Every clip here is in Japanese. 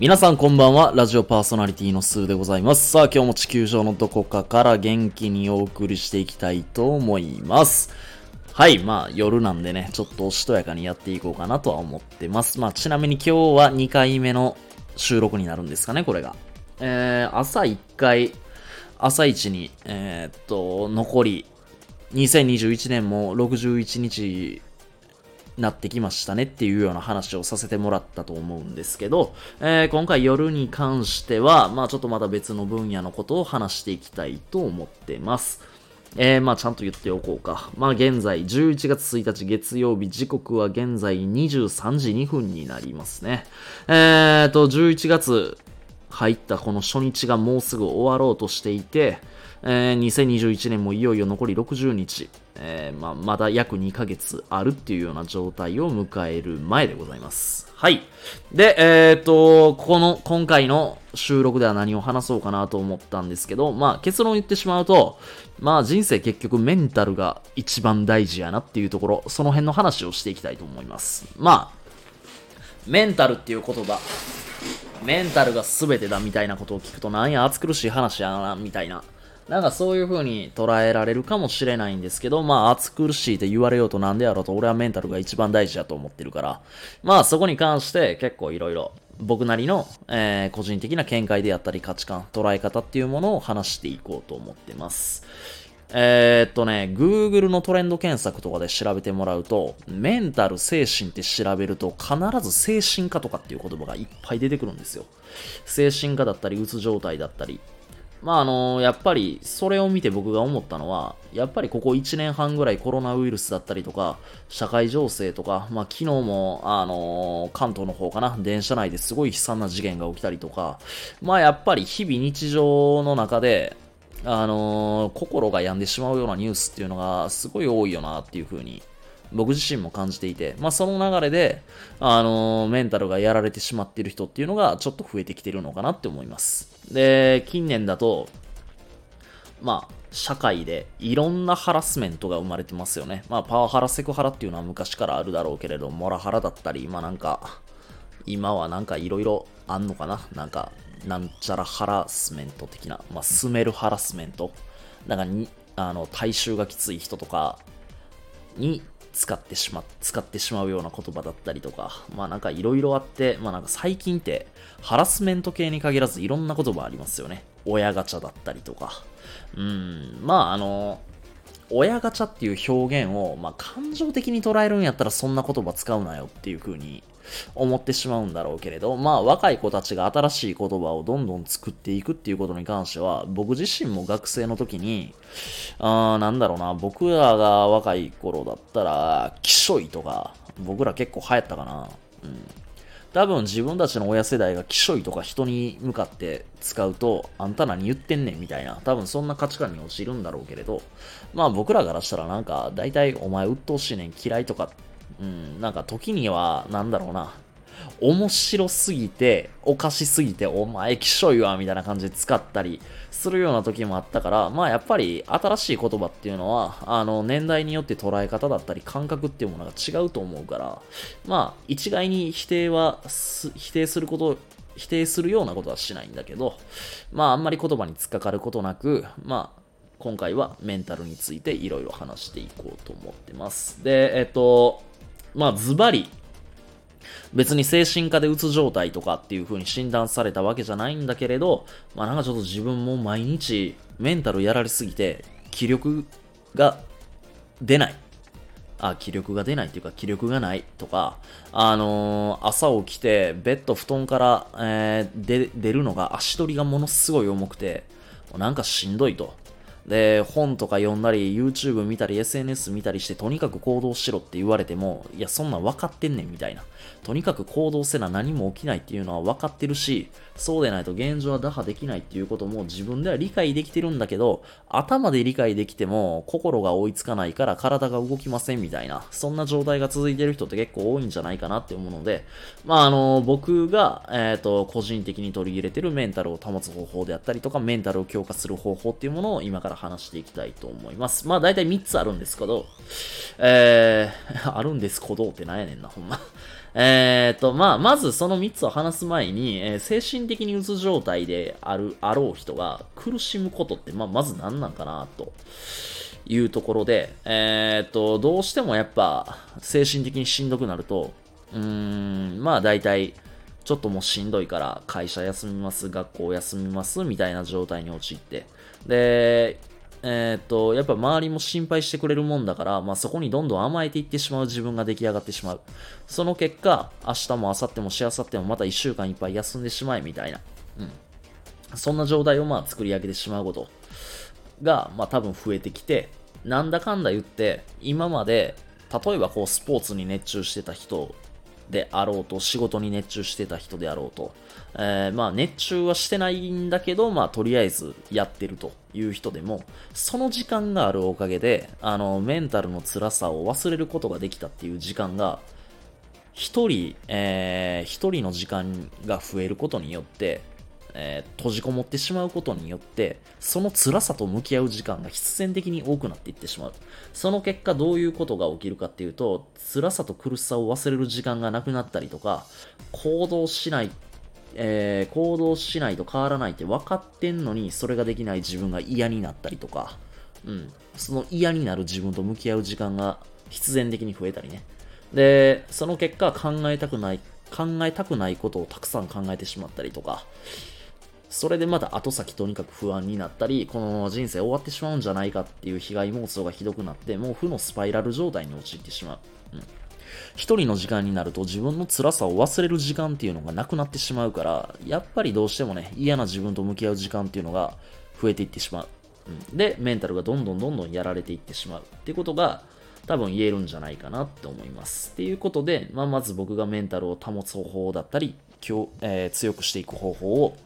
皆さんこんばんは。ラジオパーソナリティのスーでございます。さあ、今日も地球上のどこかから元気にお送りしていきたいと思います。はい、夜なんでね、ちょっとおしとやかにやっていこうかなとは思ってます。ちなみに今日は2回目の収録になるんですかね、これが。朝1回、朝一に、残り、2021年も61日なってきましたねっていうような話をさせてもらったと思うんですけど、今回夜に関しては、ちょっとまた別の分野のことを話していきたいと思ってます。ちゃんと言っておこうか。現在、11月1日月曜日、時刻は現在23時2分になりますね。11月入ったこの初日がもうすぐ終わろうとしていて、2021年もいよいよ残り60日、まだ約2ヶ月あるっていうような状態を迎える前でございます。はい。で、今回の収録では何を話そうかなと思ったんですけど、結論言ってしまうと、人生結局メンタルが一番大事やなっていうところ、その辺の話をしていきたいと思います。メンタルっていう言葉、メンタルが全てだみたいなことを聞くとなんや暑苦しい話やな、みたいな。なんかそういう風に捉えられるかもしれないんですけど、暑苦しいって言われようとなんでやろうと俺はメンタルが一番大事だと思ってるから、そこに関して結構いろいろ僕なりの、個人的な見解であったり価値観、捉え方っていうものを話していこうと思ってます。Google のトレンド検索とかで調べてもらうと、メンタル、精神って調べると、必ず精神科とかっていう言葉がいっぱい出てくるんですよ。精神科だったり、うつ状態だったり。やっぱり、それを見て僕が思ったのは、やっぱりここ1年半ぐらいコロナウイルスだったりとか、社会情勢とか、昨日も、関東の方かな、電車内ですごい悲惨な事件が起きたりとか、やっぱり日々日常の中で、心が病んでしまうようなニュースっていうのがすごい多いよなっていう風に僕自身も感じていて、その流れで、メンタルがやられてしまっている人っていうのがちょっと増えてきてるのかなって思います。で、近年だと、社会でいろんなハラスメントが生まれてますよね。パワハラ、セクハラっていうのは昔からあるだろうけれど、モラハラだったり、今はなんかいろいろあんのかななんちゃらハラスメント的な、スメルハラスメント。体臭がきつい人とかに使ってしまうような言葉だったりとか、いろいろあって、最近ってハラスメント系に限らずいろんな言葉ありますよね。親ガチャだったりとか。親ガチャっていう表現を、感情的に捉えるんやったらそんな言葉使うなよっていう風に思ってしまうんだろうけれど、若い子たちが新しい言葉をどんどん作っていくっていうことに関しては、僕自身も学生の時に、僕らが若い頃だったら、きしょいとか、僕ら結構流行ったかな。多分自分たちの親世代がきしょいとか人に向かって使うと、あんた何言ってんねんみたいな、多分そんな価値観に陥るんだろうけれど、僕らからしたら大体お前鬱陶しいねん嫌いとか、時には、面白すぎて、おかしすぎて、お前きしょいわ、みたいな感じで使ったりするような時もあったから、やっぱり新しい言葉っていうのは、年代によって捉え方だったり感覚っていうものが違うと思うから、一概に否定するようなことはしないんだけど、あんまり言葉に突っかかることなく、今回はメンタルについていろいろ話していこうと思ってます。で、ズバリ、別に精神科でうつ状態とかっていう風に診断されたわけじゃないんだけれど、ちょっと自分も毎日メンタルやられすぎて気力が出ない。気力が出ないっていうか気力がないとか、朝起きてベッド布団から、出るのが足取りがものすごい重くて、しんどいと。で、本とか読んだり、YouTube 見たり、SNS 見たりして、とにかく行動しろって言われても、いや、そんなん分かってんねん、みたいな。とにかく行動せな何も起きないっていうのは分かってるし、そうでないと現状は打破できないっていうことも自分では理解できてるんだけど、頭で理解できても、心が追いつかないから体が動きませんみたいな、そんな状態が続いてる人って結構多いんじゃないかなって思うので、僕が、個人的に取り入れてるメンタルを保つ方法であったりとか、メンタルを強化する方法っていうものを今からから話していきたいと思います。まあ大体3つあるんですけど、あるんですけどってなんやねんな、ほんま。まずその3つを話す前に、精神的にうつ状態であろう人が苦しむことって、まず何なんかな、というところで、どうしてもやっぱ、精神的にしんどくなると、大体、ちょっともうしんどいから会社休みます、学校休みます、みたいな状態に陥って。で、やっぱ周りも心配してくれるもんだから、そこにどんどん甘えていってしまう自分が出来上がってしまう。その結果、明日も明後日もしあさってもまた1週間いっぱい休んでしまえ、みたいな。そんな状態を作り上げてしまうことが、多分増えてきて、なんだかんだ言って、今まで、例えばスポーツに熱中してた人であろうと、仕事に熱中してた人であろうと、熱中はしてないんだけど、とりあえずやってるという人でも、その時間があるおかげで、メンタルの辛さを忘れることができたっていう時間が、一人の時間が増えることによって、閉じこもってしまうことによって、その辛さと向き合う時間が必然的に多くなっていってしまう。その結果どういうことが起きるかっていうと、辛さと苦しさを忘れる時間がなくなったりとか、行動しないと変わらないって分かってんのに、それができない自分が嫌になったりとか、その嫌になる自分と向き合う時間が必然的に増えたりね。で、その結果考えたくないことをたくさん考えてしまったりとか、それでまた後先とにかく不安になったり、このまま人生終わってしまうんじゃないかっていう被害妄想がひどくなって、もう負のスパイラル状態に陥ってしまう。一人の時間になると自分の辛さを忘れる時間っていうのがなくなってしまうから、やっぱりどうしてもね、嫌な自分と向き合う時間っていうのが増えていってしまう。で、メンタルがどんどんやられていってしまうっていうことが多分言えるんじゃないかなって思います。っていうことで、まず僕がメンタルを保つ方法だったり、強くしていく方法を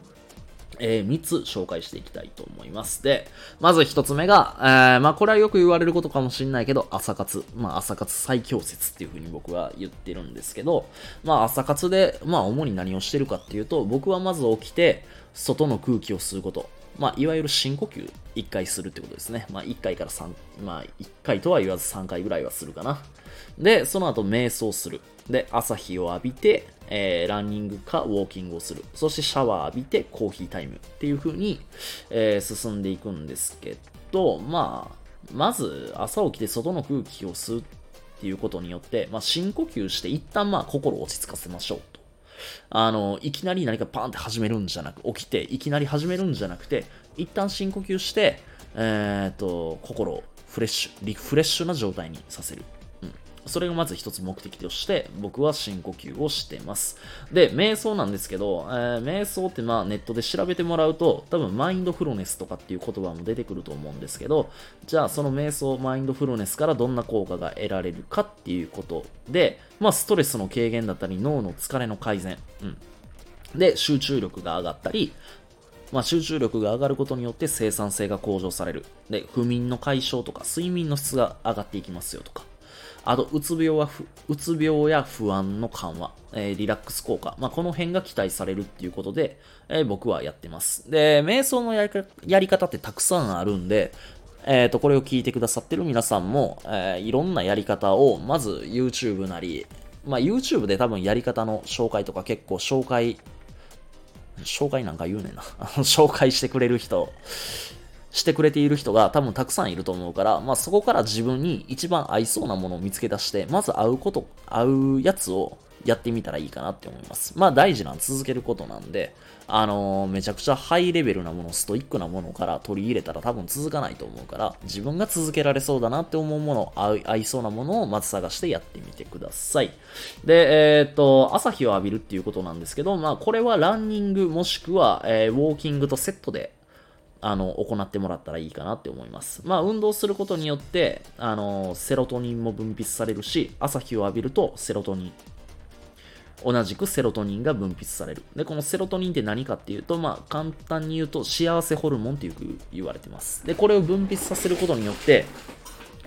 3つ紹介していきたいと思います。で、まず1つ目が、これはよく言われることかもしれないけど、朝活。朝活最強説っていう風に僕は言ってるんですけど、朝活で、主に何をしてるかっていうと、僕はまず起きて、外の空気を吸うこと。いわゆる深呼吸1回するってことですね。1回から3、1回とは言わず3回ぐらいはするかな。で、その後瞑想する。で、朝日を浴びて、ランニングかウォーキングをする。そしてシャワー浴びてコーヒータイムっていう風に、進んでいくんですけど、まず朝起きて外の空気を吸うっていうことによって、深呼吸して一旦心を落ち着かせましょうと。いきなり何かパーンって始めるんじゃなく、起きていきなり始めるんじゃなくて、一旦深呼吸して、心をリフレッシュな状態にさせる。それがまず一つ目的として、僕は深呼吸をしてます。で、瞑想なんですけど、瞑想ってネットで調べてもらうと、多分マインドフルネスとかっていう言葉も出てくると思うんですけど、じゃあその瞑想、マインドフルネスからどんな効果が得られるかっていうことで、ストレスの軽減だったり、脳の疲れの改善、で、集中力が上がったり、集中力が上がることによって生産性が向上される。で、不眠の解消とか、睡眠の質が上がっていきますよとか。あと、うつ病や不安の緩和、リラックス効果。この辺が期待されるっていうことで、僕はやってます。で、瞑想のやり方ってたくさんあるんで、これを聞いてくださってる皆さんも、いろんなやり方を、まず YouTube なり、YouTube で多分やり方の紹介とか結構紹介なんか言うねんな。紹介してくれている人が多分たくさんいると思うから、そこから自分に一番合いそうなものを見つけ出して、まず合うやつをやってみたらいいかなって思います。大事な続けることなんで、めちゃくちゃハイレベルなもの、ストイックなものから取り入れたら多分続かないと思うから、自分が続けられそうだなって思うもの、合いそうなものをまず探してやってみてください。で、朝日を浴びるっていうことなんですけど、これはランニングもしくは、ウォーキングとセットで行ってもらったらいいかなって思います。運動することによって、セロトニンも分泌されるし、朝日を浴びると同じくセロトニンが分泌される。で、このセロトニンって何かっていうと、簡単に言うと幸せホルモンって言われてます。で、これを分泌させることによって、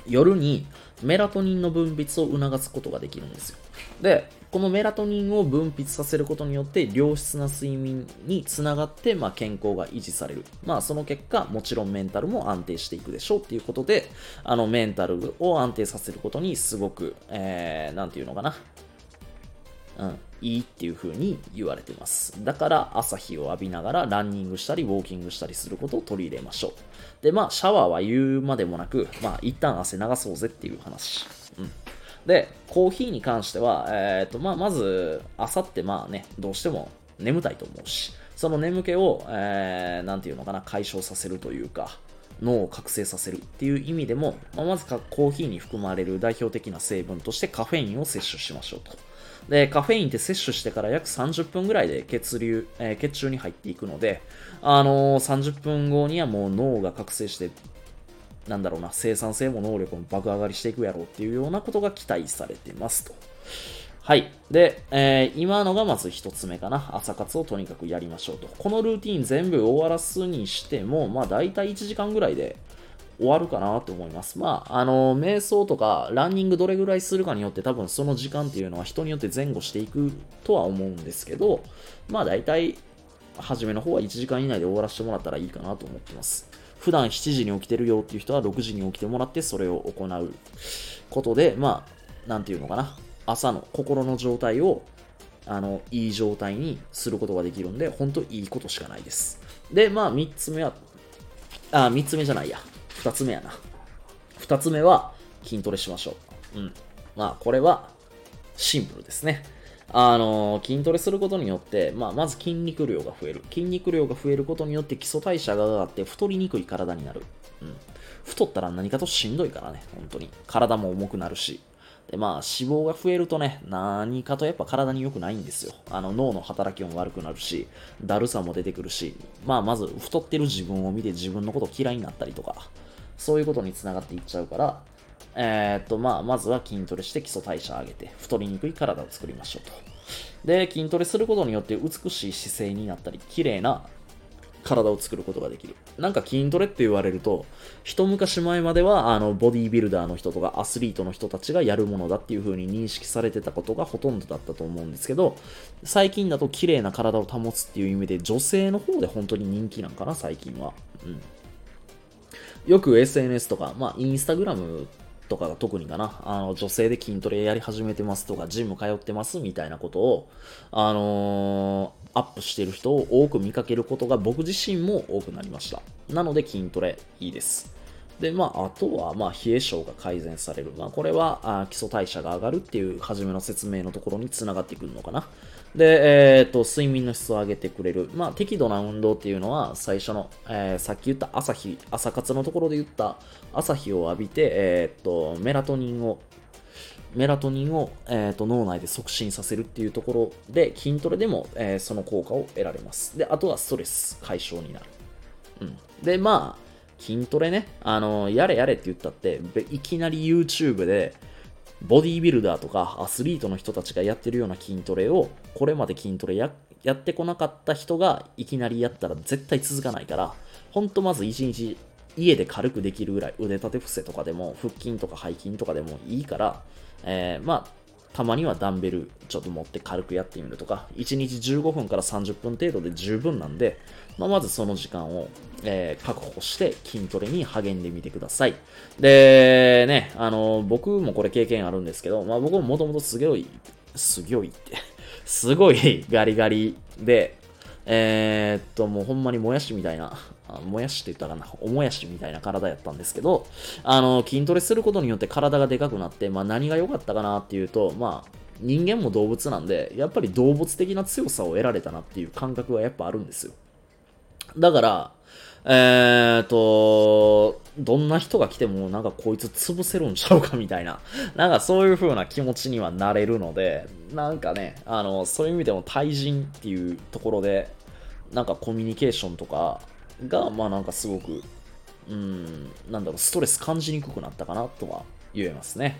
夜にメラトニンの分泌を促すことができるんですよ。で、このメラトニンを分泌させることによって良質な睡眠につながって、健康が維持される。その結果、もちろんメンタルも安定していくでしょうっていうことで、メンタルを安定させることにすごく、なんていうのかな。いいっていう風に言われてます。だから朝日を浴びながらランニングしたりウォーキングしたりすることを取り入れましょう。で、シャワーは言うまでもなく、一旦汗流そうぜっていう話。で、コーヒーに関しては、まず、朝ってどうしても眠たいと思うし、その眠気を、なんていうのかな、解消させるというか、脳を覚醒させるっていう意味でも、まずコーヒーに含まれる代表的な成分としてカフェインを摂取しましょうと。で、カフェインって摂取してから約30分ぐらいで血中に入っていくので、30分後にはもう脳が覚醒して、生産性も能力も爆上がりしていくやろうっていうようなことが期待されてますと。はい。で、今のがまず一つ目かな。朝活をとにかくやりましょうと。このルーティン全部終わらすにしても、大体1時間ぐらいで終わるかなと思います。瞑想とかランニングどれぐらいするかによって多分その時間っていうのは人によって前後していくとは思うんですけど、大体、初めの方は1時間以内で終わらせてもらったらいいかなと思ってます。普段7時に起きてるよっていう人は6時に起きてもらってそれを行うことで、なんていうのかな。朝の心の状態を、いい状態にすることができるんで、本当いいことしかないです。で、3つ目は、3つ目じゃないや。2つ目やな。2つ目は、筋トレしましょう。これは、シンプルですね。筋トレすることによって、まず筋肉量が増える。筋肉量が増えることによって基礎代謝が上がって太りにくい体になる。太ったら何かとしんどいからね、本当に。体も重くなるし。で、脂肪が増えるとね、何かとやっぱ体に良くないんですよ。脳の働きも悪くなるし、だるさも出てくるし、まず太ってる自分を見て自分のこと嫌いになったりとか、そういうことにつながっていっちゃうから、まずは筋トレして基礎代謝上げて、太りにくい体を作りましょうと。で、筋トレすることによって美しい姿勢になったり、綺麗な体を作ることができる。なんか筋トレって言われると、一昔前まではボディービルダーの人とかアスリートの人たちがやるものだっていう風に認識されてたことがほとんどだったと思うんですけど、最近だと綺麗な体を保つっていう意味で女性の方で本当に人気なんかな、最近は。よく SNS とか、インスタグラムとかが特にかな、女性で筋トレやり始めてますとか、ジム通ってますみたいなことを、アップしてる人を多く見かけることが僕自身も多くなりました。なので筋トレいいです。で、あとは、冷え性が改善される。これは、基礎代謝が上がるっていう初めの説明のところにつながってくるのかな。で、睡眠の質を上げてくれる。適度な運動っていうのは、最初の、さっき言った朝活のところで言った朝日を浴びて、メラトニンを、脳内で促進させるっていうところで、筋トレでも、その効果を得られます。で、あとはストレス解消になる。で、筋トレね、やれやれって言ったって、いきなり YouTube で、ボディービルダーとかアスリートの人たちがやってるような筋トレを、これまで筋トレやってこなかった人がいきなりやったら絶対続かないから、ほんとまず1日家で軽くできるぐらい腕立て伏せとかでも腹筋とか背筋とかでもいいから、たまにはダンベルちょっと持って軽くやってみるとか、1日15分から30分程度で十分なんで、まずその時間を、確保して筋トレに励んでみてください。で、ね、僕もこれ経験あるんですけど、僕ももともとすごいガリガリで、もうほんまにもやしみたいな、もやしって言ったかな、おもやしみたいな体やったんですけど、筋トレすることによって体がでかくなって、何が良かったかなっていうと、人間も動物なんで、やっぱり動物的な強さを得られたなっていう感覚はやっぱあるんですよ。だから、どんな人が来てもなんかこいつ潰せるんちゃうかみたいな、なんかそういう風な気持ちにはなれるので、なんかね、そういう意味でも対人っていうところで、なんかコミュニケーションとかが、なんかすごく、ストレス感じにくくなったかなとは言えますね。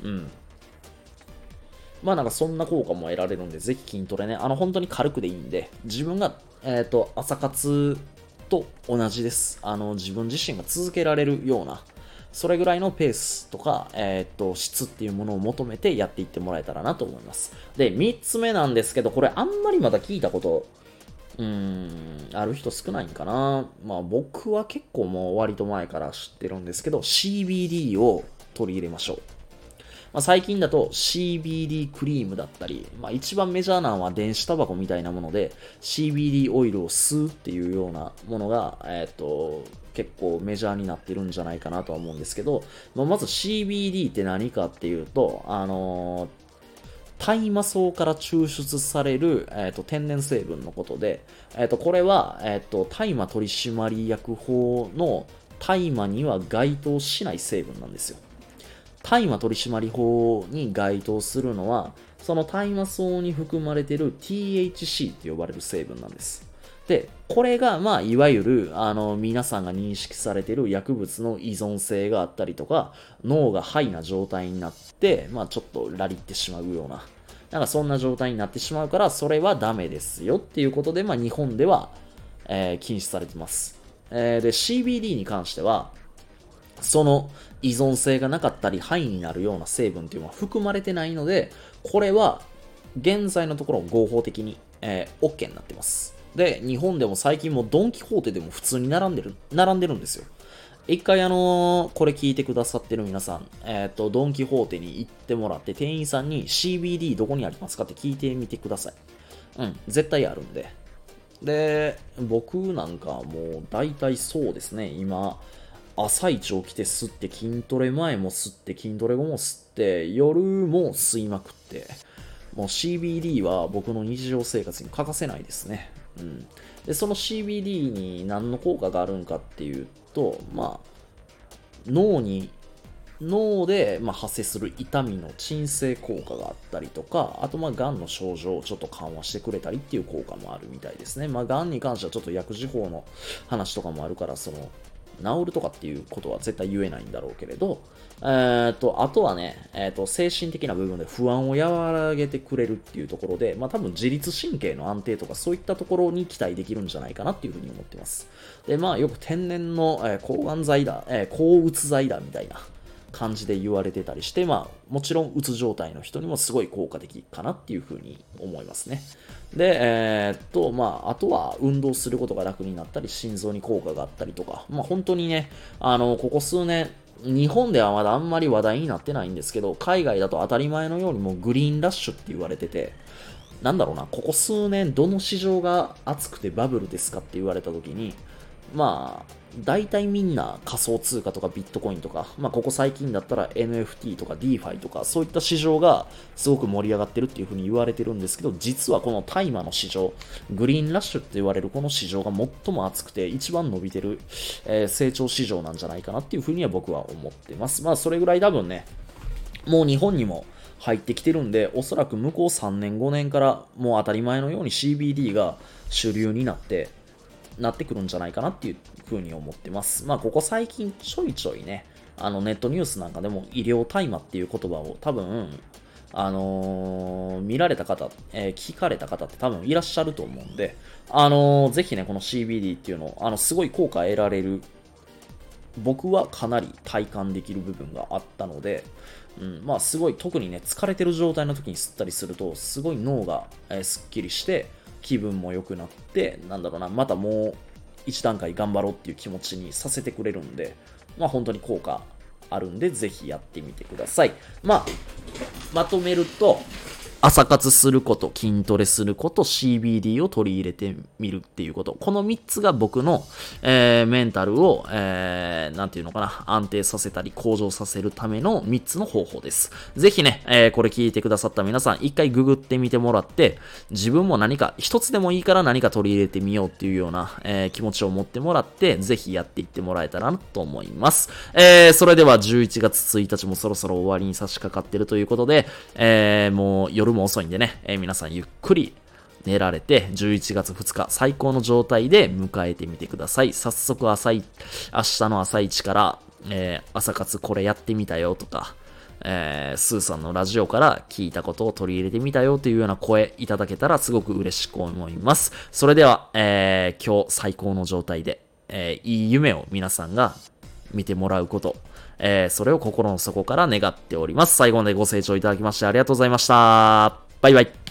なんかそんな効果も得られるんで、ぜひ筋トレね、本当に軽くでいいんで、自分が、朝活と同じです。自分自身が続けられるようなそれぐらいのペースとか、質っていうものを求めてやっていってもらえたらなと思います。で、3つ目なんですけど、これあんまりまだ聞いたこと、ある人少ないんかな。まあ僕は結構もう割と前から知ってるんですけど、CBD を取り入れましょう。まあ、最近だと CBD クリームだったり、まあ、一番メジャーなのは電子タバコみたいなもので CBD オイルを吸うっていうようなものが、結構メジャーになってるんじゃないかなとは思うんですけど、まず CBD って何かっていうと、大麻草から抽出される、天然成分のことで、これは、大麻取締役法の大麻には該当しない成分なんですよ。大麻取締法に該当するのは、その大麻草に含まれている THC と呼ばれる成分なんです。で、これが、まあ、いわゆる、皆さんが認識されている薬物の依存性があったりとか、脳がハイな状態になって、まあ、ちょっとラリってしまうような、なんかそんな状態になってしまうから、それはダメですよっていうことで、まあ、日本では、禁止されてます。で、CBD に関しては、その依存性がなかったり、ハイになるような成分っていうのは含まれてないので、これは現在のところ合法的に、OK になってます。で、日本でも最近もドンキホーテでも普通に並んでるんですよ。一回これ聞いてくださってる皆さん、ドンキホーテに行ってもらって、店員さんに CBD どこにありますかって聞いてみてください。絶対あるんで。で、僕なんかもう大体そうですね、今、朝一起きて吸って筋トレ前も吸って筋トレ後も吸って夜も吸いまくってもう CBD は僕の日常生活に欠かせないですね。でその CBD に何の効果があるんかっていうと、まあ脳で、発生する痛みの鎮静効果があったりとか、あと癌の症状をちょっと緩和してくれたりっていう効果もあるみたいですね。癌に関してはちょっと薬事法の話とかもあるから、治るとかっていうことは絶対言えないんだろうけれど、あとはね、精神的な部分で不安を和らげてくれるっていうところで、多分自律神経の安定とかそういったところに期待できるんじゃないかなっていうふうに思ってます。で、よく天然の、抗がん剤だ、抗うつ剤だみたいな感じで言われてたりして、もちろんうつ状態の人にもすごい効果的かなっていうふうに思いますね。で、あとは運動することが楽になったり、心臓に効果があったりとか、本当にね、ここ数年、日本ではまだあんまり話題になってないんですけど、海外だと当たり前のようにもうグリーンラッシュって言われてて、なんだろうな、ここ数年どの市場が熱くてバブルですかって言われた時に、大体みんな仮想通貨とかビットコインとか、ここ最近だったら NFT とか DeFi とか、そういった市場がすごく盛り上がってるっていう風に言われてるんですけど、実はこの大麻の市場、グリーンラッシュって言われるこの市場が最も熱くて一番伸びてる、成長市場なんじゃないかなっていう風には僕は思ってます。それぐらい多分ね、もう日本にも入ってきてるんで、おそらく向こう3年5年からもう当たり前のように CBD が主流になってくるんじゃないかなっていう風に思ってます。ここ最近ちょいちょいね、ネットニュースなんかでも医療大麻っていう言葉を多分、見られた方、聞かれた方って多分いらっしゃると思うんで、ぜひね、この CBD っていうのを、すごい効果得られる、僕はかなり体感できる部分があったので、すごい特にね、疲れてる状態の時に吸ったりすると、すごい脳が、すっきりして、気分も良くなって、またもう一段階頑張ろうっていう気持ちにさせてくれるんで、本当に効果あるんで、ぜひやってみてください。まとめると、朝活すること、筋トレすること、CBD を取り入れてみるっていうこと。この3つが僕の、メンタルを、なんていうのかな、安定させたり向上させるための3つの方法です。ぜひね、これ聞いてくださった皆さん、一回ググってみてもらって、自分も何か、一つでもいいから何か取り入れてみようっていうような、気持ちを持ってもらって、ぜひやっていってもらえたらなと思います。それでは11月1日もそろそろ終わりに差し掛かってるということで、もう夜も遅いんでね、皆さんゆっくり寝られて11月2日最高の状態で迎えてみてください。早速明日の朝一から、朝活これやってみたよとか、スーさんのラジオから聞いたことを取り入れてみたよというような声いただけたらすごく嬉しく思います。それでは、今日最高の状態で、いい夢を皆さんが見てもらうこと。それを心の底から願っております。最後までご清聴いただきましてありがとうございました。バイバイ。